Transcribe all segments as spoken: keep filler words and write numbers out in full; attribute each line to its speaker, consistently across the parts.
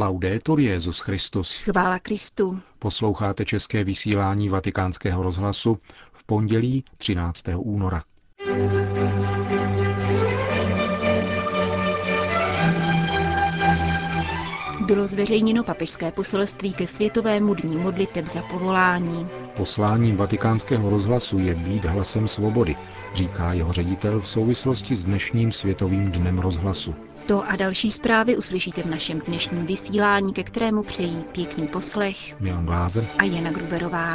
Speaker 1: Laudetur Jesus Christus.
Speaker 2: Chvála Kristu.
Speaker 1: Posloucháte české vysílání Vatikánského rozhlasu v pondělí třináctého února.
Speaker 2: Bylo zveřejněno papežské poselství ke světovému dni modliteb za povolání.
Speaker 1: Posláním Vatikánského rozhlasu je být hlasem svobody, říká jeho ředitel v souvislosti s dnešním světovým dnem rozhlasu.
Speaker 2: To a další zprávy uslyšíte v našem dnešním vysílání, ke kterému přejí pěkný poslech
Speaker 1: Milan Glázer
Speaker 2: a Jana Gruberová.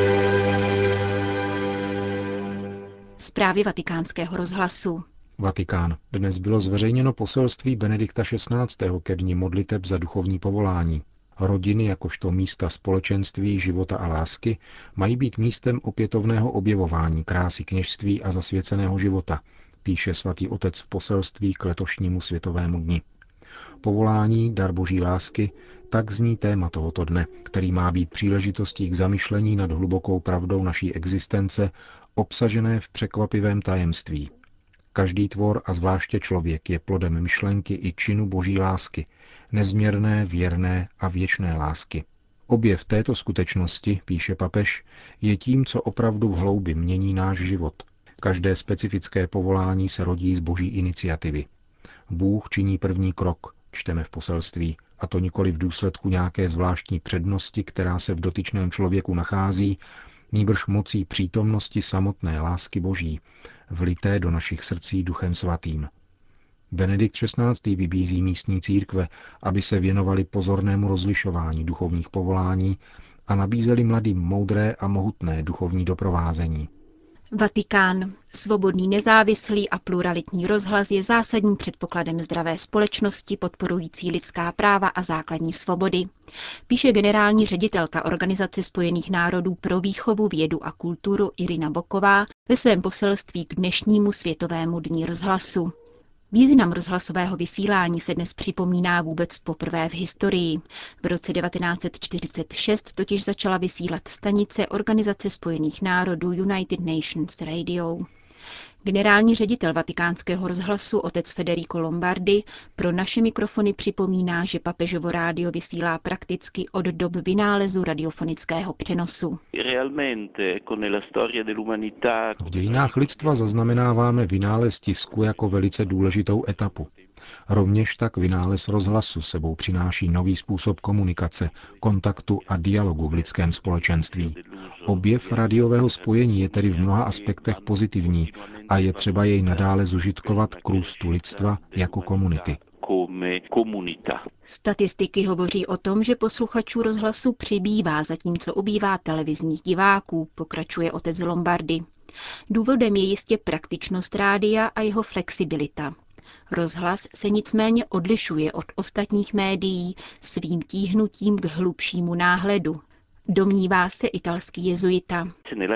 Speaker 2: Zprávy Vatikánského rozhlasu.
Speaker 1: Vatikán. Dnes bylo zveřejněno poselství Benedikta šestnáctého ke dni modliteb za duchovní povolání. Rodiny jakožto místa společenství, života a lásky mají být místem opětovného objevování krásy kněžství a zasvěceného života, píše svatý otec v poselství k letošnímu světovému dni. Povolání, dar boží lásky, tak zní téma tohoto dne, který má být příležitostí k zamyšlení nad hlubokou pravdou naší existence, obsažené v překvapivém tajemství. Každý tvor a zvláště člověk je plodem myšlenky i činu boží lásky, nezměrné, věrné a věčné lásky. Objev této skutečnosti, píše papež, je tím, co opravdu v hloubi mění náš život. Každé specifické povolání se rodí z boží iniciativy. Bůh činí první krok, čteme v poselství, a to nikoli v důsledku nějaké zvláštní přednosti, která se v dotyčném člověku nachází, nýbrž mocí přítomnosti samotné lásky boží, vlité do našich srdcí Duchem svatým. Benedikt šestnáctý vybízí místní církve, aby se věnovali pozornému rozlišování duchovních povolání a nabízeli mladým moudré a mohutné duchovní doprovázení.
Speaker 2: Vatikán. Svobodný, nezávislý a pluralitní rozhlas je zásadním předpokladem zdravé společnosti podporující lidská práva a základní svobody, píše generální ředitelka Organizace spojených národů pro výchovu, vědu a kulturu Irina Boková ve svém poselství k dnešnímu světovému dni rozhlasu. Význam rozhlasového vysílání se dnes připomíná vůbec poprvé v historii. V roce devatenáct set čtyřicet šest totiž začala vysílat stanice Organizace spojených národů United Nations Radio. Generální ředitel Vatikánského rozhlasu otec Federico Lombardi pro naše mikrofony připomíná, že papežovo rádio vysílá prakticky od dob vynálezu radiofonického přenosu.
Speaker 1: V dějinách lidstva zaznamenáváme vynález tisku jako velice důležitou etapu. Rovněž tak vynález rozhlasu sebou přináší nový způsob komunikace, kontaktu a dialogu v lidském společenství. Objev radiového spojení je tedy v mnoha aspektech pozitivní a je třeba jej nadále zužitkovat k růstu lidstva jako komunity.
Speaker 2: Statistiky hovoří o tom, že posluchačů rozhlasu přibývá, zatímco ubývá televizních diváků, pokračuje otec Lombardi. Důvodem je jistě praktičnost rádia a jeho flexibilita. Rozhlas se nicméně odlišuje od ostatních médií svým tíhnutím k hlubšímu náhledu, domnívá se italský jezuita.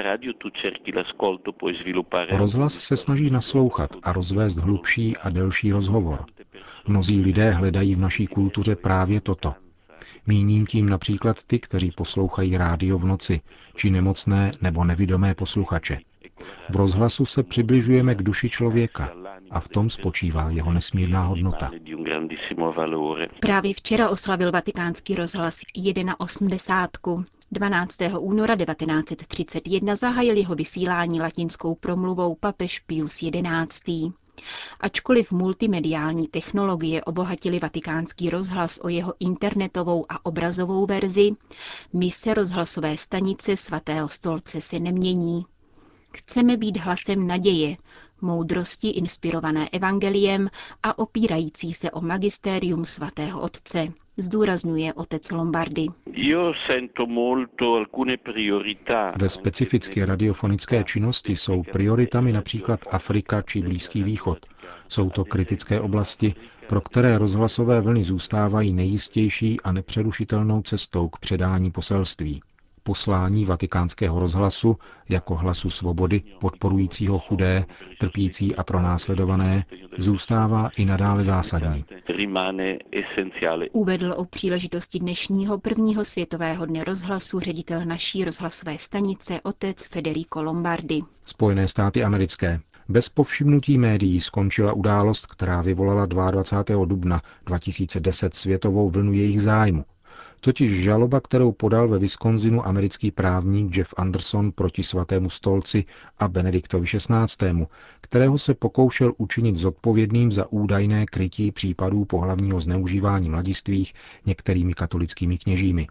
Speaker 1: Rozhlas se snaží naslouchat a rozvést hlubší a delší rozhovor. Mnozí lidé hledají v naší kultuře právě toto. Míním tím například ty, kteří poslouchají rádio v noci, či nemocné nebo nevidomé posluchače. V rozhlasu se přibližujeme k duši člověka a v tom spočívá jeho nesmírná hodnota.
Speaker 2: Právě včera oslavil Vatikánský rozhlas osmdesátku. dvanáctého února devatenáct set třicet jedna zahájil jeho vysílání latinskou promluvou papež Pius jedenáctý. Ačkoliv multimediální technologie obohatily Vatikánský rozhlas o jeho internetovou a obrazovou verzi, mise rozhlasové stanice Svatého stolce se nemění. Chceme být hlasem naděje, moudrosti inspirované evangeliem a opírající se o magistérium svatého otce, zdůrazňuje otec Lombardi.
Speaker 1: Ve specifické radiofonické činnosti jsou prioritami například Afrika či Blízký východ. Jsou to kritické oblasti, pro které rozhlasové vlny zůstávají nejistější a nepřerušitelnou cestou k předání poselství. Poslání Vatikánského rozhlasu jako hlasu svobody, podporujícího chudé, trpící a pronásledované, zůstává i nadále zásadní.
Speaker 2: Uvedl o příležitosti dnešního prvního světového dne rozhlasu ředitel naší rozhlasové stanice otec Federico Lombardi.
Speaker 1: Spojené státy americké. Bez povšimnutí médií skončila událost, která vyvolala dvacátého druhého dubna dva tisíce deset světovou vlnu jejich zájmu. Totiž žaloba, kterou podal ve Wisconsinu americký právník Jeff Anderson proti svatému stolci a Benediktovi šestnáctému, kterého se pokoušel učinit zodpovědným za údajné krytí případů pohlavního zneužívání mladistvých některými katolickými kněžími.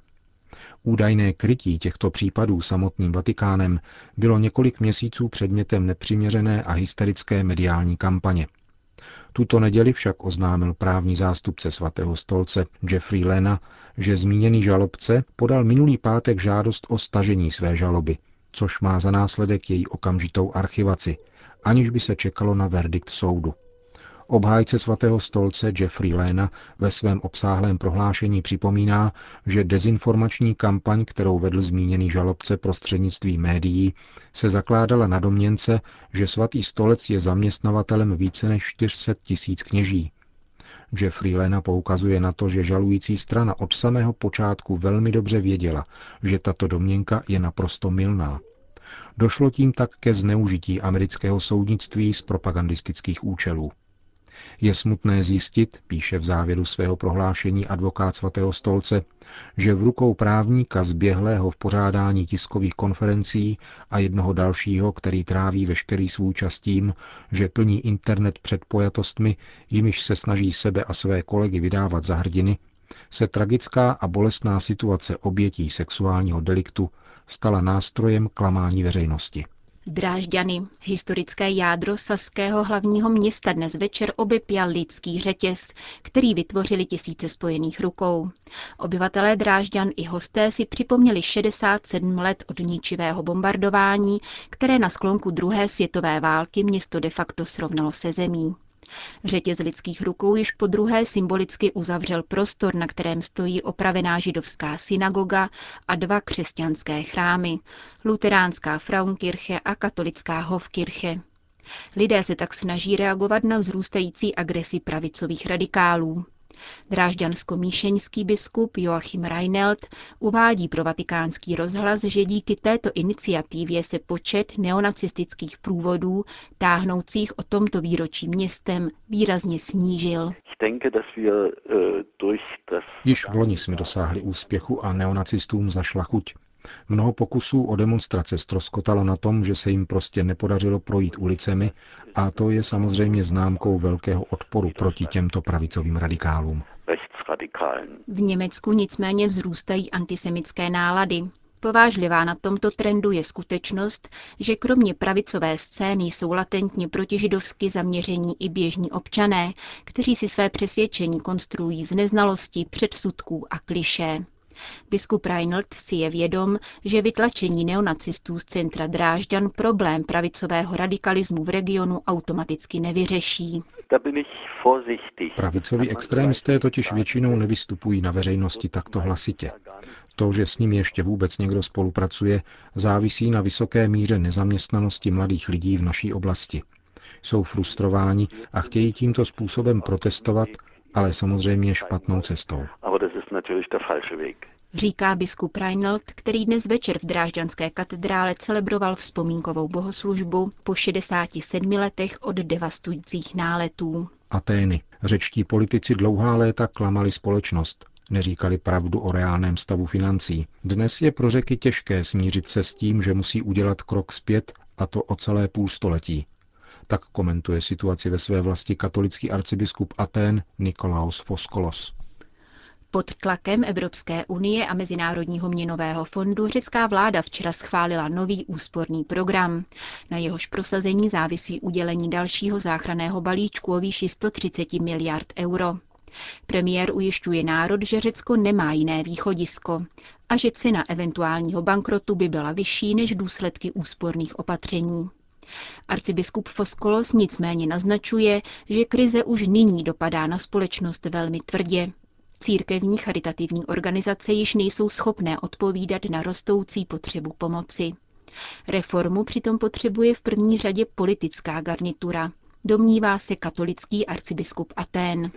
Speaker 1: Údajné krytí těchto případů samotným Vatikánem bylo několik měsíců předmětem nepřiměřené a hysterické mediální kampaně. Tuto neděli však oznámil právní zástupce svatého stolce Jeffrey Lena, že zmíněný žalobce podal minulý pátek žádost o stažení své žaloby, což má za následek její okamžitou archivaci, aniž by se čekalo na verdikt soudu. Obhájce svatého stolce Jeffrey Lena ve svém obsáhlém prohlášení připomíná, že dezinformační kampaň, kterou vedl zmíněný žalobce prostřednictvím médií, se zakládala na domněnce, že svatý stolec je zaměstnavatelem více než čtyři sta tisíc kněží. Jeffrey Lena poukazuje na to, že žalující strana od samého počátku velmi dobře věděla, že tato domněnka je naprosto mylná. Došlo tím tak ke zneužití amerického soudnictví z propagandistických účelů. Je smutné zjistit, píše v závěru svého prohlášení advokát svatého stolce, že v rukou právníka zběhlého v pořádání tiskových konferencí a jednoho dalšího, který tráví veškerý svůj čas tím, že plní internet předpojatostmi, jimiž se snaží sebe a své kolegy vydávat za hrdiny, se tragická a bolestná situace obětí sexuálního deliktu stala nástrojem klamání veřejnosti.
Speaker 2: Drážďany, historické jádro saského hlavního města, dnes večer obepěl lidský řetěz, který vytvořili tisíce spojených rukou. Obyvatelé Drážďan i hosté si připomněli šedesát sedm let od ničivého bombardování, které na sklonku druhé světové války město de facto srovnalo se zemí. Řetěz lidských rukou již po druhé symbolicky uzavřel prostor, na kterém stojí opravená židovská synagoga a dva křesťanské chrámy, luteránská Frauenkirche a katolická Hofkirche. Lidé se tak snaží reagovat na vzrůstající agresi pravicových radikálů. Drážďansko-míšeňský biskup Joachim Reinelt uvádí pro Vatikánský rozhlas, že díky této iniciativě se počet neonacistických průvodů táhnoucích o tomto výročí městem výrazně snížil.
Speaker 1: Již v loni jsme dosáhli úspěchu a neonacistům zašla chuť. Mnoho pokusů o demonstrace ztroskotalo na tom, že se jim prostě nepodařilo projít ulicemi, a to je samozřejmě známkou velkého odporu proti těmto pravicovým radikálům.
Speaker 2: V Německu nicméně vzrůstají antisemitské nálady. Povážlivá na tomto trendu je skutečnost, že kromě pravicové scény jsou latentně protižidovsky zaměření i běžní občané, kteří si své přesvědčení konstruují z neznalosti, předsudků a klišé. Biskup Reinelt si je vědom, že vytlačení neonacistů z centra Drážďan problém pravicového radikalismu v regionu automaticky nevyřeší.
Speaker 1: Pravicoví extrémisté totiž většinou nevystupují na veřejnosti takto hlasitě. To, že s nimi ještě vůbec někdo spolupracuje, závisí na vysoké míře nezaměstnanosti mladých lidí v naší oblasti. Jsou frustrováni a chtějí tímto způsobem protestovat, ale samozřejmě špatnou cestou.
Speaker 2: Říká biskup Reinelt, který dnes večer v Drážďanské katedrále celebroval vzpomínkovou bohoslužbu po šedesáti sedmi letech od devastujících náletů.
Speaker 1: Atény. Řečtí politici dlouhá léta klamali společnost, neříkali pravdu o reálném stavu financí. Dnes je pro Řeky těžké smířit se s tím, že musí udělat krok zpět, a to o celé půlstoletí. Tak komentuje situaci ve své vlasti katolický arcibiskup Atén Nikolaos Foskolos.
Speaker 2: Pod tlakem Evropské unie a Mezinárodního měnového fondu řecká vláda včera schválila nový úsporný program. Na jehož prosazení závisí udělení dalšího záchranného balíčku o výši sto třicet miliard euro. Premiér ujišťuje národ, že Řecko nemá jiné východisko a že cena eventuálního bankrotu by byla vyšší než důsledky úsporných opatření. Arcibiskup Foskolos nicméně naznačuje, že krize už nyní dopadá na společnost velmi tvrdě. Církevní charitativní organizace již nejsou schopné odpovídat na rostoucí potřebu pomoci. Reformu přitom potřebuje v první řadě politická garnitura, domnívá se katolický arcibiskup Atén.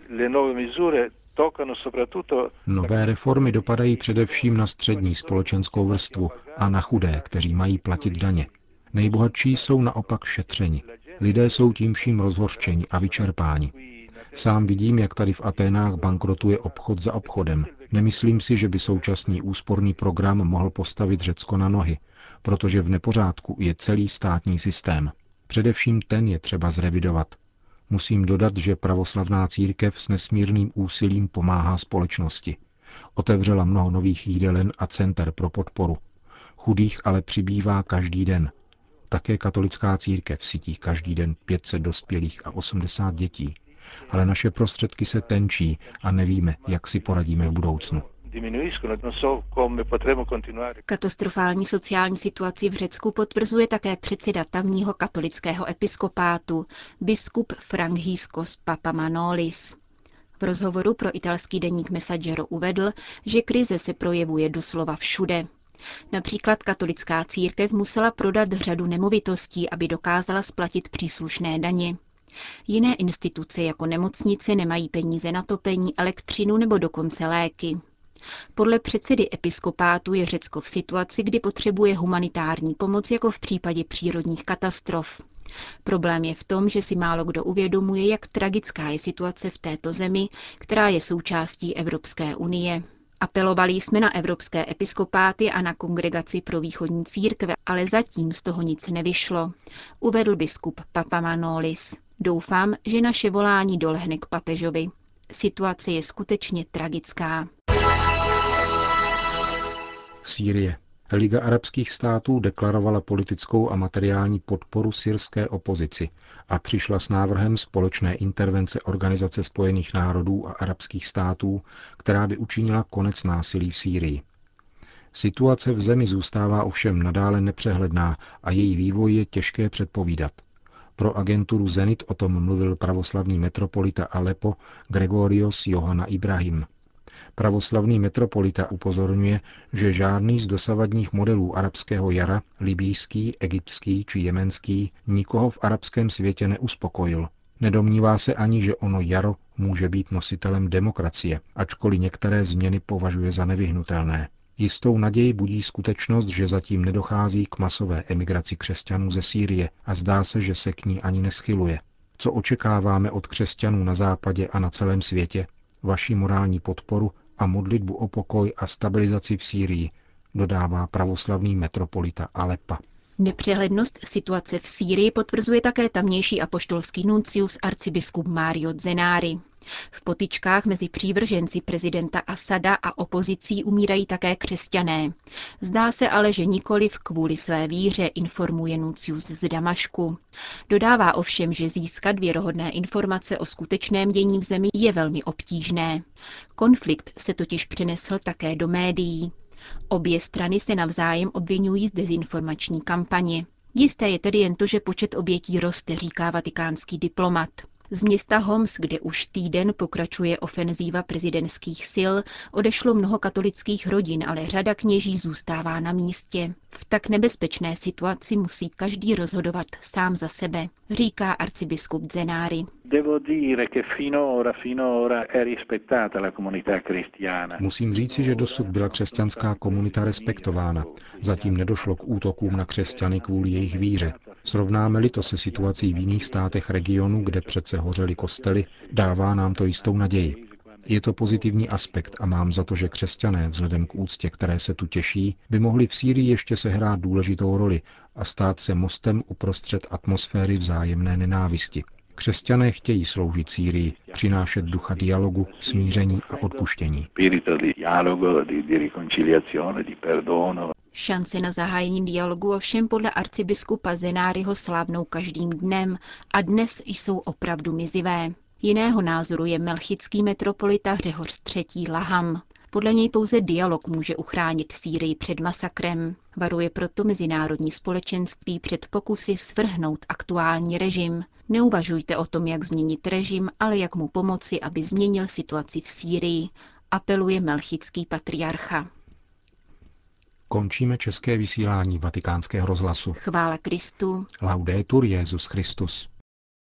Speaker 1: Nové reformy dopadají především na střední společenskou vrstvu a na chudé, kteří mají platit daně. Nejbohatší jsou naopak šetřeni. Lidé jsou tím vším rozhořčeni a vyčerpáni. Sám vidím, jak tady v Aténách bankrotuje obchod za obchodem. Nemyslím si, že by současný úsporný program mohl postavit Řecko na nohy, protože v nepořádku je celý státní systém. Především ten je třeba zrevidovat. Musím dodat, že pravoslavná církev s nesmírným úsilím pomáhá společnosti. Otevřela mnoho nových jídelen a center pro podporu. Chudých ale přibývá každý den. Také katolická církev sytí každý den pět set dospělých a osmdesát dětí. Ale naše prostředky se tenčí a nevíme, jak si poradíme v budoucnu.
Speaker 2: Katastrofální sociální situaci v Řecku potvrzuje také předseda tamního katolického episkopátu, biskup Frangiskos Papamanolis. V rozhovoru pro italský deník Messaggero uvedl, že krize se projevuje doslova všude. Například katolická církev musela prodat řadu nemovitostí, aby dokázala splatit příslušné daně. Jiné instituce jako nemocnice nemají peníze na topení, elektřinu nebo dokonce léky. Podle předsedy episkopátu je Řecko v situaci, kdy potřebuje humanitární pomoc jako v případě přírodních katastrof. Problém je v tom, že si málo kdo uvědomuje, jak tragická je situace v této zemi, která je součástí Evropské unie. Apelovali jsme na evropské episkopáty a na kongregaci pro východní církve, ale zatím z toho nic nevyšlo, uvedl biskup Papamanolis. Doufám, že naše volání dolehne k papežovi. Situace je skutečně tragická.
Speaker 1: Sýrie. Liga arabských států deklarovala politickou a materiální podporu syrské opozici a přišla s návrhem společné intervence Organizace spojených národů a arabských států, která by učinila konec násilí v Sýrii. Situace v zemi zůstává ovšem nadále nepřehledná a její vývoj je těžké předpovídat. Pro agenturu Zenit o tom mluvil pravoslavný metropolita Aleppo Gregorios Johanna Ibrahim. Pravoslavný metropolita upozorňuje, že žádný z dosavadních modelů arabského jara, libýský, egyptský či jemenský, nikoho v arabském světě neuspokojil. Nedomnívá se ani, že ono jaro může být nositelem demokracie, ačkoliv některé změny považuje za nevyhnutelné. Jistou naději budí skutečnost, že zatím nedochází k masové emigraci křesťanů ze Sýrie a zdá se, že se k ní ani neschyluje. Co očekáváme od křesťanů na západě a na celém světě? Vaši morální podporu a modlitbu o pokoj a stabilizaci v Sýrii, dodává pravoslavný metropolita Aleppa.
Speaker 2: Nepřehlednost situace v Sýrii potvrzuje také tamnější apoštolský nuncius arcibiskup Mario Zenari. V potyčkách mezi přívrženci prezidenta Asada a opozicí umírají také křesťané. Zdá se ale, že nikoliv kvůli své víře, informuje nuncius z Damašku. Dodává ovšem, že získat věrohodné informace o skutečném dění v zemi je velmi obtížné. Konflikt se totiž přenesl také do médií. Obě strany se navzájem obvinují z dezinformační kampaně. Jisté je tedy jen to, že počet obětí roste, říká vatikánský diplomat. Z města Homs, kde už týden pokračuje ofenzíva prezidentských sil, odešlo mnoho katolických rodin, ale řada kněží zůstává na místě. V tak nebezpečné situaci musí každý rozhodovat sám za sebe, říká arcibiskup Zenari.
Speaker 1: Musím říci, že dosud byla křesťanská komunita respektována. Zatím nedošlo k útokům na křesťany kvůli jejich víře. Srovnáme-li to se situací v jiných státech regionu, kde přece hořely kostely, dává nám to jistou naději. Je to pozitivní aspekt a mám za to, že křesťané, vzhledem k úctě, které se tu těší, by mohli v Sýrii ještě sehrát důležitou roli a stát se mostem uprostřed atmosféry vzájemné nenávisti. Křesťané chtějí sloužit Sýrii, přinášet ducha dialogu, smíření a odpuštění.
Speaker 2: Šance na zahájení dialogu ovšem podle arcibiskupa Zenáriho slábnou každým dnem a dnes jsou opravdu mizivé. Jiného názoru je melchický metropolita Řehoř třetí. Laham. Podle něj pouze dialog může uchránit Sýrii před masakrem. Varuje proto mezinárodní společenství před pokusy svrhnout aktuální režim. Neuvažujte o tom, jak změnit režim, ale jak mu pomoci, aby změnil situaci v Sýrii, apeluje melchický patriarcha.
Speaker 1: Končíme české vysílání Vatikánského rozhlasu.
Speaker 2: Chvála Kristu.
Speaker 1: Laudetur Jesus Christus.